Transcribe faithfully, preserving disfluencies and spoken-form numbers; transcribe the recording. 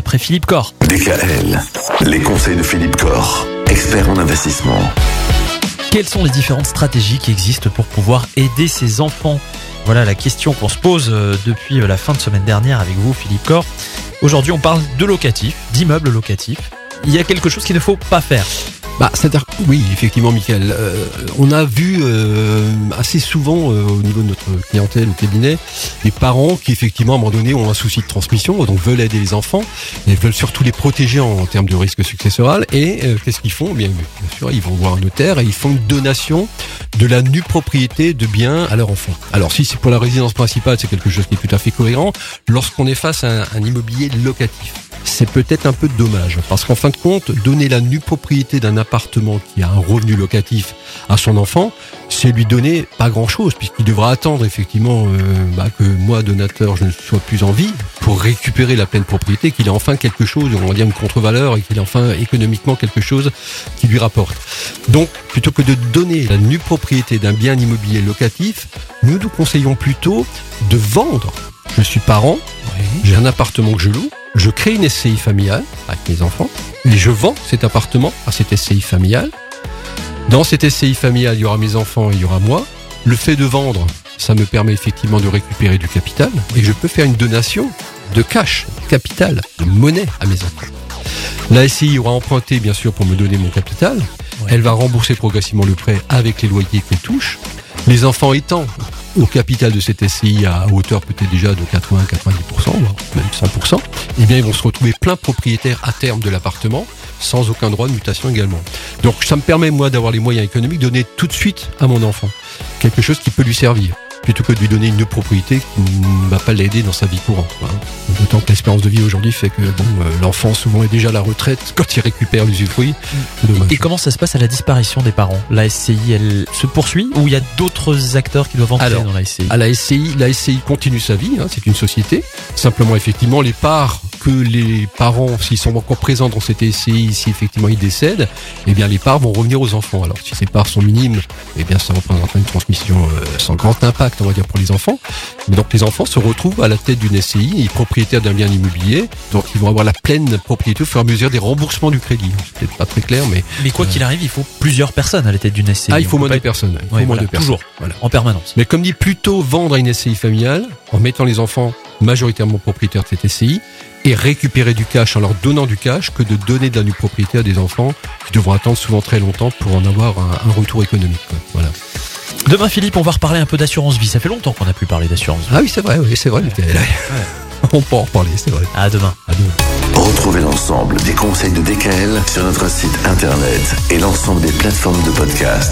après Philippe Corr. D K L, les conseils de Philippe Corr, expert en investissement. Quelles sont les différentes stratégies qui existent pour pouvoir aider ses enfants ? Voilà la question qu'on se pose depuis la fin de semaine dernière avec vous, Philippe Corr. Aujourd'hui, on parle de locatif, d'immeubles locatifs. Il y a quelque chose qu'il ne faut pas faire. Bah, c'est-à-dire, oui, effectivement, Michael, euh, on a vu euh, assez souvent euh, au niveau de notre clientèle au cabinet des parents qui effectivement à un moment donné ont un souci de transmission, donc veulent aider les enfants et veulent surtout les protéger en, en termes de risque successoral. Et euh, qu'est-ce qu'ils font ? Bien, bien sûr, ils vont voir un notaire et ils font une donation de la nue propriété de biens à leur enfant. Alors si c'est pour la résidence principale, c'est quelque chose qui est tout à fait cohérent. Lorsqu'on est face à un, un immobilier locatif, c'est peut-être un peu dommage, parce qu'en fin de compte, donner la nue propriété d'un appartement qui a un revenu locatif à son enfant, c'est lui donner pas grand-chose, puisqu'il devra attendre effectivement euh, bah, que moi, donateur, je ne sois plus en vie, pour récupérer la pleine propriété, qu'il ait enfin quelque chose, on va dire une contre-valeur, et qu'il ait enfin économiquement quelque chose qui lui rapporte. Donc, plutôt que de donner la nue propriété d'un bien immobilier locatif, nous nous conseillons plutôt de vendre. Je suis parent, oui. J'ai un appartement que je loue, je crée une S C I familiale avec mes enfants et je vends cet appartement à cette S C I familiale. Dans cette S C I familiale, il y aura mes enfants et il y aura moi. Le fait de vendre, ça me permet effectivement de récupérer du capital et je peux faire une donation de cash, de capital, de monnaie à mes enfants. La S C I aura emprunté bien sûr pour me donner mon capital. Ouais. Elle va rembourser progressivement le prêt avec les loyers qu'elle touche. Les enfants étant au capital de cette S C I à hauteur peut-être déjà de quatre-vingts à quatre-vingt-dix pour cent, voire même cent pour cent, eh bien ils vont se retrouver plein propriétaires à terme de l'appartement, sans aucun droit de mutation également. Donc ça me permet moi d'avoir les moyens économiques de donner tout de suite à mon enfant quelque chose qui peut lui servir, plutôt que de lui donner une propriété qui ne va pas l'aider dans sa vie courante. Hein. D'autant que l'espérance de vie aujourd'hui fait que bon, euh, l'enfant souvent est déjà à la retraite quand il récupère l'usufruit. Et, et comment ça se passe à la disparition des parents ? La S C I, elle se poursuit ou il y a d'autres acteurs qui doivent entrer Alors, dans la S C I ? À la S C I, la S C I continue sa vie, hein, c'est une société. Simplement, effectivement, les parts que les parents, s'ils sont encore présents dans cette S C I, si effectivement ils décèdent, eh bien les parts vont revenir aux enfants. Alors si ces parts sont minimes, eh bien ça représentera une transmission euh, sans grand impact, on va dire, pour les enfants. Mais donc les enfants se retrouvent à la tête d'une S C I et propriétaires d'un bien immobilier, donc ils vont avoir la pleine propriété au fur et à mesure des remboursements du crédit. C'est peut-être pas très clair, mais... Mais quoi euh... qu'il arrive, il faut plusieurs personnes à la tête d'une S C I. Ah, il faut moins de personnes. Il faut ouais, moins voilà, de personnes. Toujours, voilà, en permanence. Mais comme dit, plutôt vendre à une S C I familiale, en mettant les enfants majoritairement propriétaires de cette S C I, et récupérer du cash en leur donnant du cash, que de donner de la nue propriété à des enfants qui devront attendre souvent très longtemps pour en avoir un, un retour économique. Quoi. Voilà. Demain, Philippe, on va reparler un peu d'assurance vie. Ça fait longtemps qu'on n'a plus parlé d'assurance vie. Ah oui, c'est vrai, oui, c'est vrai. Ouais. Ouais. On peut en reparler, c'est vrai. À demain. À demain. Retrouvez l'ensemble des conseils de D K L sur notre site internet et l'ensemble des plateformes de podcast.